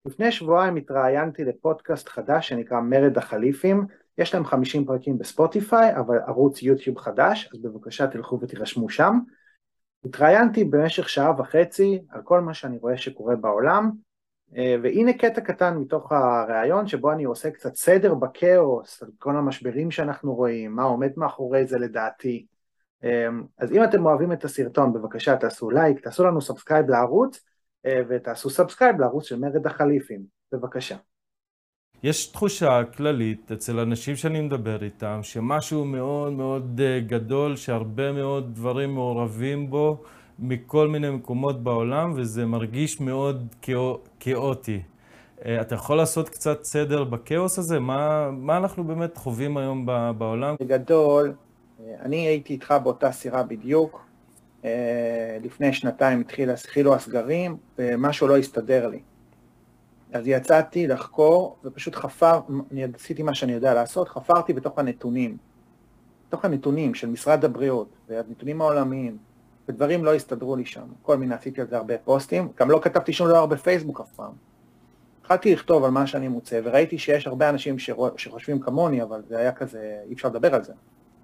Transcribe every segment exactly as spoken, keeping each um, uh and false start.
לפני שבועיים התראיינתי לפודקאסט חדש שנקרא מרד החליפים. יש להם חמישים פרקים בספוטיפיי, אבל ערוץ יוטיוב חדש, אז בבקשה תלכו ותירשמו שם. התראיינתי במשך שעה וחצי על כל מה שאני רואה שקורה בעולם, והנה קטע קטן מתוך הראיון שבו אני עושה קצת סדר בכאוס, על כל המשברים שאנחנו רואים, מה עומד מאחורי זה לדעתי. אז אם אתם אוהבים את הסרטון, בבקשה תעשו לייק, תעשו לנו סאבסקרייב לערוץ, ותעשו סאבסקרייב לערוץ של מרד החליפים. בבקשה. יש תחושה כללית אצל אנשים שאני מדבר איתם, שמשהו מאוד מאוד גדול, שהרבה מאוד דברים מעורבים בו מכל מיני מקומות בעולם, וזה מרגיש מאוד כאוטי. אתה יכול לעשות קצת סדר בכאוס הזה? מה, מה אנחנו באמת חווים היום בעולם? בגדול, אני הייתי איתך באותה סירה בדיוק. לפני שנתיים התחילו, התחילו הסגרים, ומשהו לא הסתדר לי. אז יצאתי לחקור, ופשוט חפר, אני עשיתי מה שאני יודע לעשות, חפרתי בתוך הנתונים, בתוך הנתונים של משרד הבריאות, והנתונים העולמיים, ודברים לא הסתדרו לי שם. כל מיני, עשיתי על זה הרבה פוסטים, גם לא כתבתי שום דבר בפייסבוק אף פעם. התחלתי לכתוב על מה שאני מוצא, וראיתי שיש הרבה אנשים שחושבים כמוני, אבל זה היה כזה, אי אפשר לדבר על זה.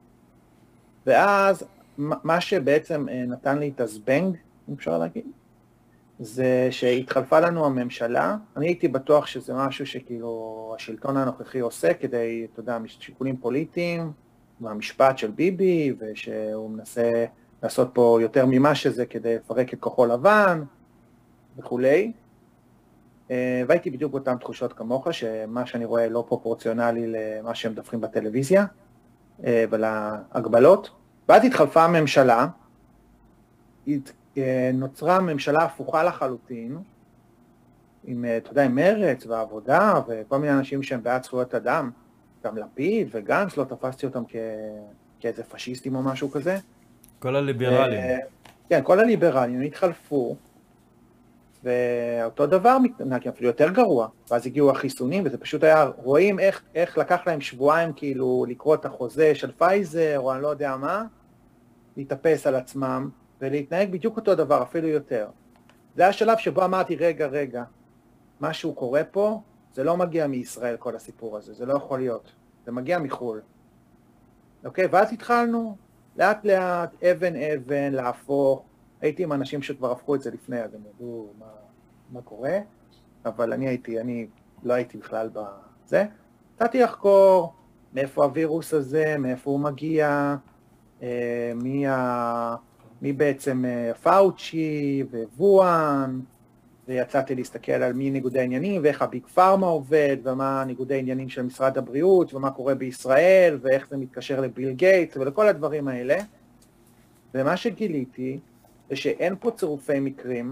ואז, מה שבעצם נתן לי את הזבנג, אם אפשר להגיד, זה שהתחלפה לנו הממשלה. אני הייתי בטוח שזה משהו שכאילו השלטון הנוכחי עושה כדי, אתה יודע, שיקולים פוליטיים, והמשפט של ביבי, ושהוא מנסה לעשות פה יותר ממה שזה כדי לפרק את כחול לבן, וכולי. והייתי בדיוק באותן תחושות כמוך, שמה שאני רואה לא פרופורציונלי למה שהם מדווחים בטלוויזיה, ולהגבלות. ואז התחלפה הממשלה, נוצרה ממשלה הפוכה לחלוטין, עם, אתה יודע, עם מרץ והעבודה, וכל מיני אנשים שהם בעד זכויות אדם, גם לפיד וגנץ, לא תפסתי אותם כ... כאיזה פשיסטים או משהו כזה. כל הליברלים. ו... כן, כל הליברלים התחלפו, ואותו דבר מתנהג, אפילו יותר גרוע, ואז הגיעו החיסונים, וזה פשוט היה, רואים איך, איך לקח להם שבועיים כאילו לקרוא את החוזה של פייזר, או אני לא יודע מה, להתאפס על עצמם, ולהתנהג בדיוק אותו דבר, אפילו יותר. זה השלב שבו אמרתי, רגע, רגע, משהו קורה פה, זה לא מגיע מישראל כל הסיפור הזה, זה לא יכול להיות, זה מגיע מחול. אוקיי, ואז התחלנו, לאט לאט, אבן אבן, להפוך, הייתי עם אנשים שכבר הפכו את זה לפני, אז הם ידעו מה, מה קורה, אבל אני הייתי, אני לא הייתי בכלל בזה. התחלתי לחקור מאיפה הווירוס הזה, מאיפה הוא מגיע, אה, מי ה... מי בעצם פאוצ'י ווואן, ויצאתי להסתכל על מי ניגודי העניינים, ואיך הביג פארמה עובד, ומה ניגודי העניינים של משרד הבריאות, ומה קורה בישראל, ואיך זה מתקשר לביל גייטס, ולכל הדברים האלה. ומה שגיליתי, זה שאין פה צירופי מקרים,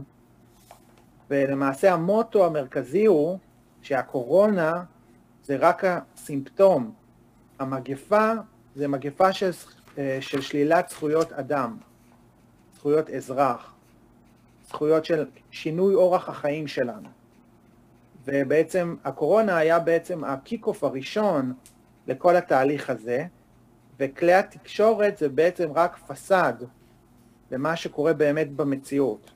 ולמעשה המוטו המרכזי הוא, שהקורונה זה רק הסימפטום. המגפה זה מגפה של, של שלילת זכויות אדם. זכויות אזרח, זכויות של שינוי אורח החיים שלנו. ובעצם הקורונה היה בעצם הקיק-אוף הראשון לכל התהליך הזה, וכלי התקשורת זה בעצם רק פסד למה שקורה באמת במציאות.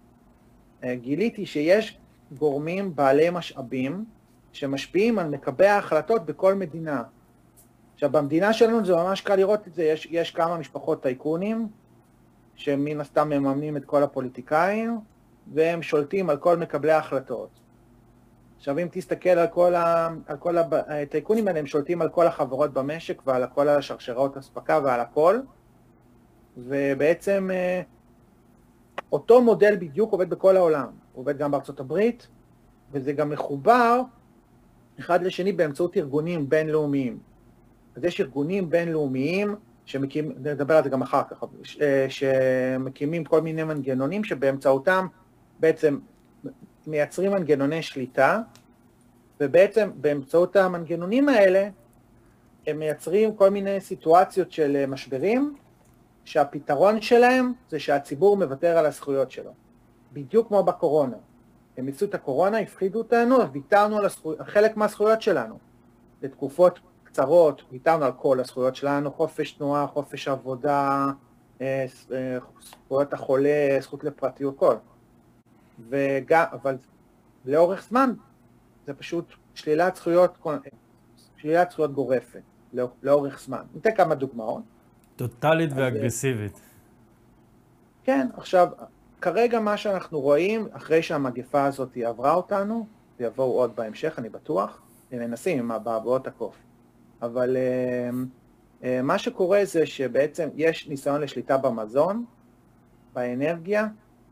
גיליתי שיש גורמים בעלי משאבים שמשפיעים על מקבלי ההחלטות בכל מדינה. עכשיו, במדינה שלנו זה ממש קל לראות את זה, יש, יש כמה משפחות טייקונים, שמן הסתם מממנים את כל הפוליטיקאים, והם שולטים על כל מקבלי ההחלטות. עכשיו, אם תסתכל על כל, ה... על כל הטייקונים האלה, הם שולטים על כל החברות במשק, ועל כל השרשרות הספקה ועל הכל, ובעצם אותו מודל בדיוק עובד בכל העולם. הוא עובד גם בארצות הברית, וזה גם מחובר אחד לשני באמצעות ארגונים בינלאומיים. אז יש ארגונים בינלאומיים, שמקים, נדבר על זה גם אחר כך, שמקימים כל מיני מנגנונים שבאמצעותם בעצם מייצרים מנגנוני שליטה, ובעצם באמצעות המנגנונים האלה הם מייצרים כל מיני סיטואציות של משברים, שהפתרון שלהם זה שהציבור מוותר על הזכויות שלו. בדיוק כמו בקורונה. הם יצאו את הקורונה, הפחידו אותנו, ויתרנו על הזכויות, חלק מהזכויות שלנו. לתקופות קצרות, ויתרנו על כל הזכויות שלנו, חופש תנועה, חופש עבודה, זכויות החולה, זכות לפרטיות, כל. וגם, אבל לאורך זמן, זה פשוט שלילת זכויות, שלילת זכויות גורפת, לא, לאורך זמן. ניתן כמה דוגמאות. טוטלית ואגרסיבית. כן, עכשיו, כרגע מה שאנחנו רואים, אחרי שהמגפה הזאת עברה אותנו, ויבואו עוד בהמשך, אני בטוח, הם מנסים עם הבעבועות הקוף. אבל uh, uh, מה שקורה זה שבעצם יש ניסיון לשליטה במזון, באנרגיה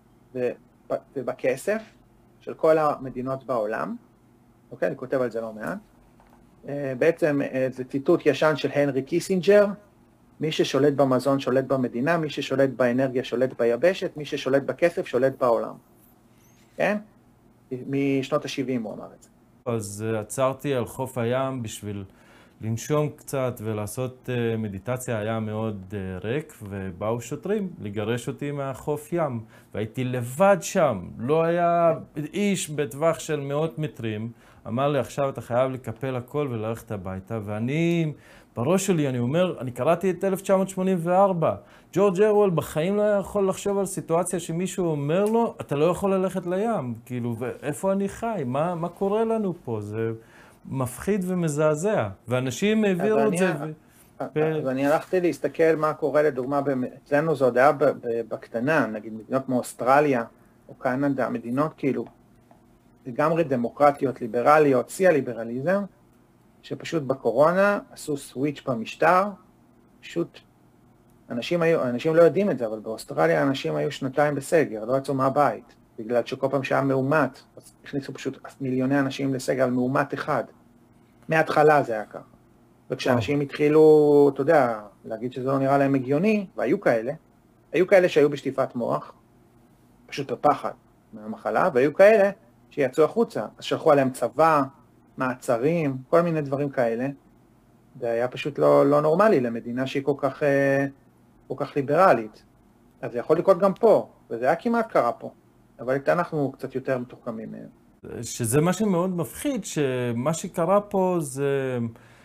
ובכסף של כל המדינות בעולם. אוקיי, אני כותב על זה לא מעט. Uh, בעצם uh, זה ציטוט ישן של הנרי קיסינג'ר, מי ששולט במזון שולט במדינה, מי ששולט באנרגיה שולט ביבשת, מי ששולט בכסף שולט בעולם. כן? משנות ה-שבעים הוא אמר את זה. אז עצרתי על חוף הים בשביל לנשום קצת ולעשות מדיטציה, היה מאוד ריק, ובאו שוטרים לגרש אותי מהחוף ים, והייתי לבד שם, לא היה איש בטווח של מאות מטרים, אמר לי עכשיו אתה חייב לקפל הכל וללכת הביתה, ואני, בראש שלי אני אומר, אני קראתי את אלף תשע מאות שמונים וארבע, ג'ורג' אורוול בחיים לא היה יכול לחשוב על סיטואציה שמישהו אומר לו, אתה לא יכול ללכת לים, כאילו, ואיפה אני חי, מה, מה קורה לנו פה, זה מפחיד ומזעזע, ואנשים העבירו את זה. אז אני הלכתי להסתכל מה קורה לדוגמה, אצלנו זה עוד היה בקטנה, נגיד מדינות כמו אוסטרליה או קנדה, מדינות כאילו לגמרי דמוקרטיות, ליברליות, שיא הליברליזם, שפשוט בקורונה עשו סוויץ' במשטר, פשוט אנשים היו, אנשים לא יודעים את זה, אבל באוסטרליה אנשים היו שנתיים בסגר, לא יצאו מהבית, בגלל שכל פעם שהיה מאומת, אז הכניסו פשוט מיליוני אנשים לסגר על מאומת אחד. מההתחלה זה היה ככה. וכשאנשים התחילו, אתה יודע, להגיד שזה לא נראה להם הגיוני, והיו כאלה, היו כאלה שהיו בשטיפת מוח, פשוט בפחד מהמחלה, והיו כאלה שיצאו החוצה, אז שלחו עליהם צבא, מעצרים, כל מיני דברים כאלה. זה היה פשוט לא, לא נורמלי למדינה שהיא כל כך, כל כך ליברלית. אז זה יכול לקרות גם פה, וזה היה כמעט קרה פה. אבל אנחנו קצת יותר מתוחכמים מהם. שזה מה שמאוד מפחיד, שמה שקרה פה זה...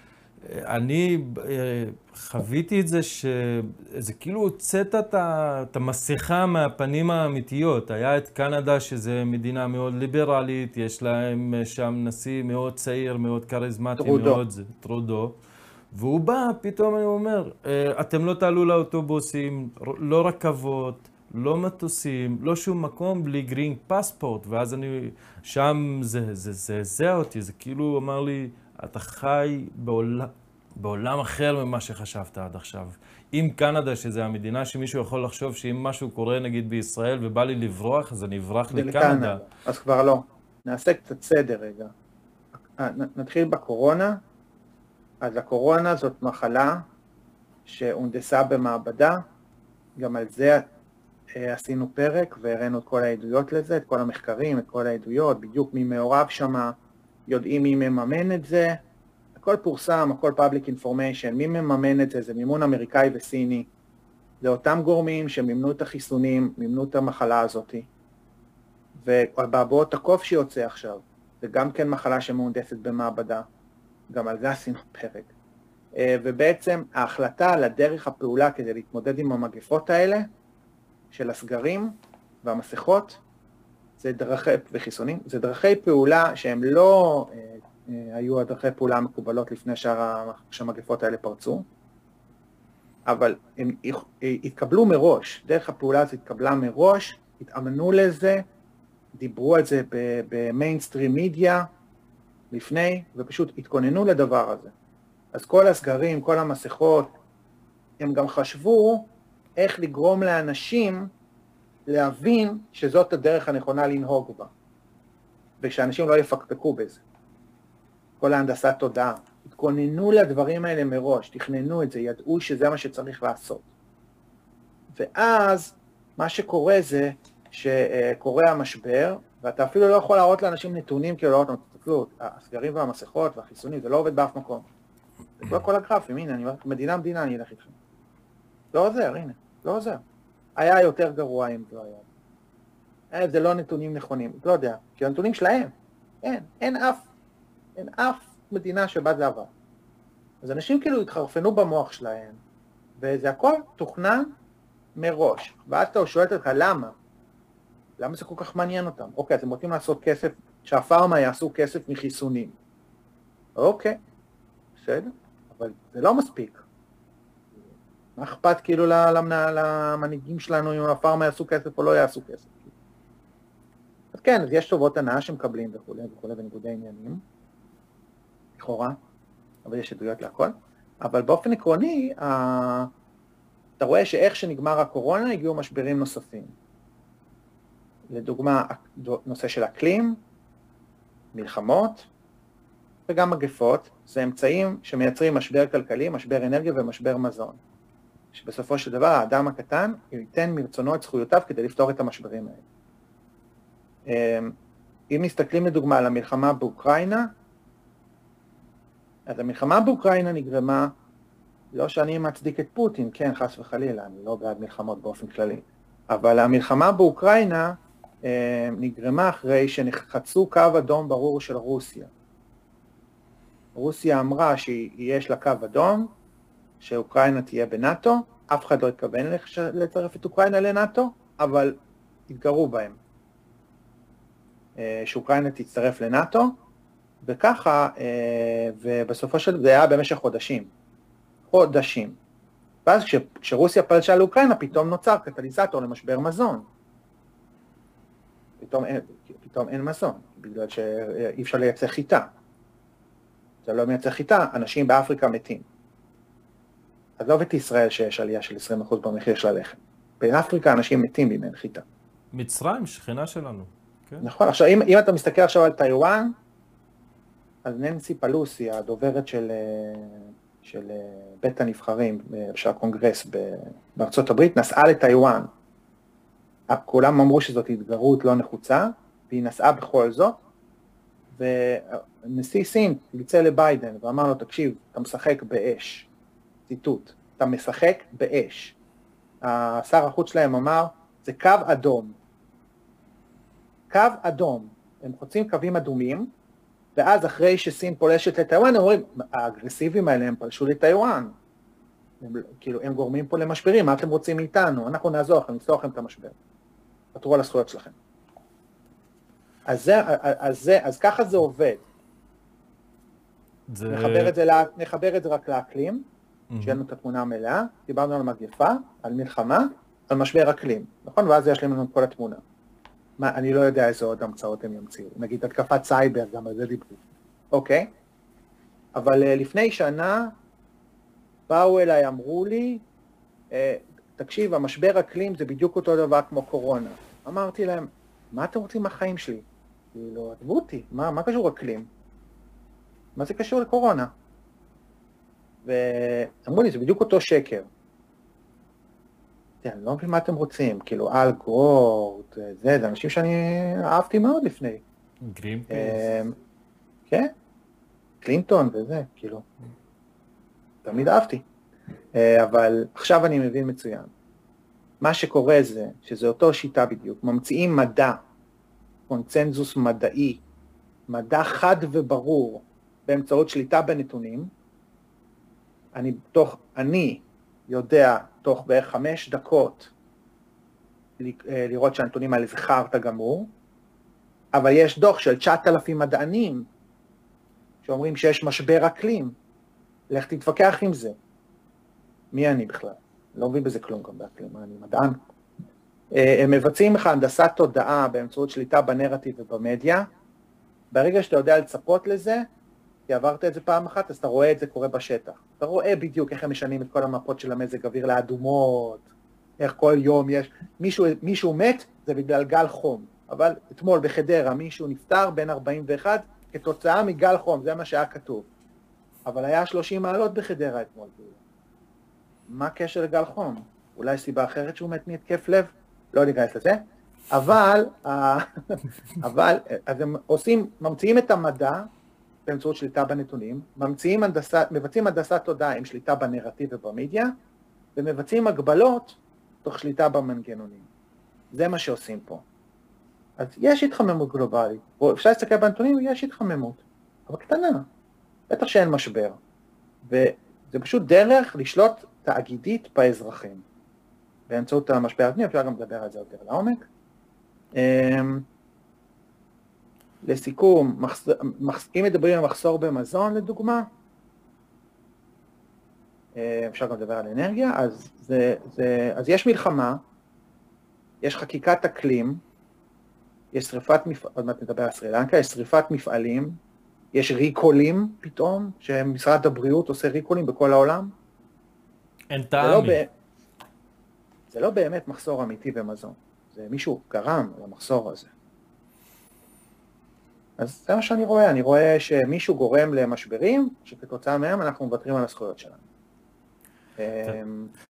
אני חוויתי את זה שזה כאילו הוצאת את המסכה מהפנים האמיתיות. היה את קנדה שזה מדינה מאוד ליברלית, יש להם שם נשיא מאוד צעיר, מאוד קריזמטי, טרודו. מאוד זה, טרודו. והוא בא, פתאום אני אומר, אתם לא תעלו לאוטובוסים, לא רכבות, לא מטוסים, לא שום מקום בלי גרין פספורט. ואז אני, שם זה, זה, זה, זה אותי, זה כאילו אמר לי, אתה חי בעולם, בעולם אחר ממה שחשבת עד עכשיו. אם קנדה, שזה המדינה שמישהו יכול לחשוב שאם משהו קורה נגיד בישראל ובא לי לברוח, אז אני אברח לקנדה. אז כבר לא. נעשה קצת סדר רגע. נתחיל בקורונה. אז הקורונה זאת מחלה שהונדסה במעבדה. גם על זה עשינו פרק והראינו את כל העדויות לזה, את כל המחקרים, את כל העדויות, בדיוק מי מעורב שם, יודעים מי מממן את זה. הכל פורסם, הכל public information, מי מממן את זה, זה מימון אמריקאי וסיני. זה אותם גורמים שמימנו את החיסונים, מימנו את המחלה הזאת. ובעבועות הקוף שיוצא עכשיו, זה גם כן מחלה שמהונדסת במעבדה. גם על זה עשינו פרק. ובעצם ההחלטה על הדרך הפעולה כדי להתמודד עם המגפות האלה, של הסגרים והמסכות, זה דרכי, וחיסונים, זה דרכי פעולה שהם לא היו הדרכי פעולה המקובלות לפני שהמגפות האלה פרצו, אבל הם התקבלו מראש, דרך הפעולה הזאת התקבלה מראש, התאמנו לזה, דיברו על זה במיינסטרים מידיה לפני, ופשוט התכוננו לדבר הזה. אז כל הסגרים, כל המסכות, הם גם חשבו איך לגרום לאנשים להבין שזאת הדרך הנכונה לנהוג בה, ושאנשים לא יפקפקו בזה. כל ההנדסת תודעה, התכוננו לדברים האלה מראש, תכננו את זה, ידעו שזה מה שצריך לעשות. ואז מה שקורה זה שקורה המשבר, ואתה אפילו לא יכול להראות לאנשים נתונים כאילו להראות, תסתכלו, הסגרים והמסכות והחיסונים, זה לא עובד באף מקום. זה כל כל הגרפים, הנה, אני אומר, מדינה מדינה אני אלך איתכם. לא עוזר, הנה, לא עוזר. היה יותר גרוע אם לא היה. זה לא נתונים נכונים, לא יודע, כי הנתונים שלהם, אין, אין אף, אין אף מדינה שבה זה עבר. אז אנשים כאילו התחרפנו במוח שלהם, וזה הכל תוכנן מראש. ואז אתה שואלת אותך למה? למה זה כל כך מעניין אותם? אוקיי, אז הם רוצים לעשות כסף, שהפארמה יעשו כסף מחיסונים. אוקיי, בסדר, אבל זה לא מספיק. מה אכפת כאילו למנהיגים שלנו אם הפארמה יעשו כסף או לא יעשו כסף? אז כן, אז יש טובות הנאה שמקבלים וכו' וכו' וניגודי עניינים, לכאורה, אבל יש עדויות להכל. אבל באופן עקרוני, אתה רואה שאיך שנגמר הקורונה הגיעו משברים נוספים. לדוגמה, נושא של אקלים, מלחמות, וגם מגפות, זה אמצעים שמייצרים משבר כלכלי, משבר אנרגיה ומשבר מזון. שבסופו של דבר האדם הקטן ייתן מרצונו את זכויותיו כדי לפתור את המשברים האלה. אם מסתכלים לדוגמה על המלחמה באוקראינה, אז המלחמה באוקראינה נגרמה, לא שאני מצדיק את פוטין, כן, חס וחלילה, אני לא בעד מלחמות באופן כללי, אבל המלחמה באוקראינה נגרמה אחרי שנחצו קו אדום ברור של רוסיה. רוסיה אמרה שיש לה קו אדום, שאוקראינה תהיה בנאטו, אף אחד לא התכוון לצרף את אוקראינה לנאטו, אבל התגרו בהם. שאוקראינה תצטרף לנאטו, וככה, ובסופו של זה היה במשך חודשים. חודשים. ואז כשרוסיה פלשה לאוקראינה, פתאום נוצר קטליזטור למשבר מזון. פתאום אין, פתאום אין מזון, בגלל שאי אפשר לייצא חיטה. זה לא מייצא חיטה, אנשים באפריקה מתים. אז לא את ישראל שיש עלייה של עשרים אחוז במחיר של הלחם. באפריקה אנשים מתים אם אין חיטה. מצרים, שכנה שלנו. כן. נכון, עכשיו אם, אם אתה מסתכל עכשיו על טיואן, אז ננסי פלוסי, הדוברת של, של בית הנבחרים, של הקונגרס בארצות הברית, נסעה לטיואן. כולם אמרו שזאת התגרות לא נחוצה, והיא נסעה בכל זאת, ונשיא סין יצא לביידן ואמר לו, תקשיב, אתה משחק באש. ציטוט, אתה משחק באש. השר החוץ שלהם אמר, זה קו אדום. קו אדום. הם חוצים קווים אדומים, ואז אחרי שסין פולשת לטיואן, הם אומרים, האגרסיביים האלה הם פלשו לטיואן. הם, כאילו, הם גורמים פה למשברים, מה אתם רוצים מאיתנו? אנחנו נעזור לכם, נפתור לכם את המשבר. פתרו על הזכויות שלכם. אז, זה, אז, זה, אז ככה זה עובד. זה... נחבר, את זה, נחבר את זה רק לאקלים, mm-hmm. שיהיה לנו את התמונה המלאה, דיברנו על מגפה, על מלחמה, על משבר אקלים, נכון? ואז יש לנו את כל התמונה. מה, אני לא יודע איזה עוד המצאות הם ימציאו, נגיד התקפת סייבר, גם על זה דיברו, אוקיי? אבל לפני שנה, באו אליי, אמרו לי, תקשיב, המשבר אקלים זה בדיוק אותו דבר כמו קורונה. אמרתי להם, מה אתם רוצים מהחיים שלי? לא, עזבו אותי, מה, מה קשור אקלים? מה זה קשור לקורונה? ואמרו לי, זה בדיוק אותו שקר. אני לא מבין מה אתם רוצים, כאילו, אל גור, זה, זה אנשים שאני אהבתי מאוד לפני. גרינפיס. כן, קלינטון וזה, כאילו. תמיד אהבתי. אבל עכשיו אני מבין מצוין. מה שקורה זה, שזה אותו שיטה בדיוק, ממציאים מדע, קונצנזוס מדעי, מדע חד וברור, באמצעות שליטה בנתונים, אני, תוך, אני יודע תוך בערך חמש דקות לראות שהנתונים האלה זה חרטה גמור, אבל יש דוח של תשעת אלפים מדענים שאומרים שיש משבר אקלים, לך תתווכח עם זה. מי אני בכלל? לא מבין בזה כלום גם באקלים, אני מדען. הם מבצעים לך הנדסת תודעה באמצעות שליטה בנרטיב ובמדיה, ברגע שאתה יודע לצפות לזה, כי עברת את זה פעם אחת, אז אתה רואה את זה קורה בשטח. אתה רואה בדיוק איך הם משנים את כל המפות של המזג אוויר לאדומות, איך כל יום יש, מישהו, מישהו מת, זה בגלל גל חום. אבל אתמול בחדרה מישהו נפטר בין ארבעים ואחת, כתוצאה מגל חום, זה מה שהיה כתוב. אבל היה שלושים מעלות בחדרה אתמול. מה הקשר לגל חום? אולי סיבה אחרת שהוא מת מהתקף לב? לא ניכנס לזה. אבל, אבל, אז הם עושים, ממציאים את המדע, באמצעות שליטה בנתונים, ממציאים הנדסה, מבצעים הנדסת תודעה עם שליטה בנרטיב ובמדיה, ומבצעים הגבלות תוך שליטה במנגנונים. זה מה שעושים פה. אז יש התחממות גלובלית, או אפשר להסתכל בנתונים, יש התחממות, אבל קטנה, בטח שאין משבר. וזה פשוט דרך לשלוט תאגידית באזרחים. באמצעות המשבר הפנימי, אפשר גם לדבר על זה יותר לעומק. לסיכום, מחס... מחס... אם מדברים על מחסור במזון לדוגמה, אפשר גם לדבר על אנרגיה, אז, זה, זה... אז יש מלחמה, יש חקיקת אקלים, יש שריפת מפעלים, עוד מעט נדבר על סרילנקה, יש שריפת מפעלים, יש ריקולים פתאום, שמשרד הבריאות עושה ריקולים בכל העולם. אין טעמי. זה, לא זה לא באמת מחסור אמיתי במזון, זה מישהו גרם למחסור הזה. אז זה מה שאני רואה, אני רואה שמישהו גורם למשברים, שכתוצאה מהם אנחנו מוותרים על הזכויות שלנו.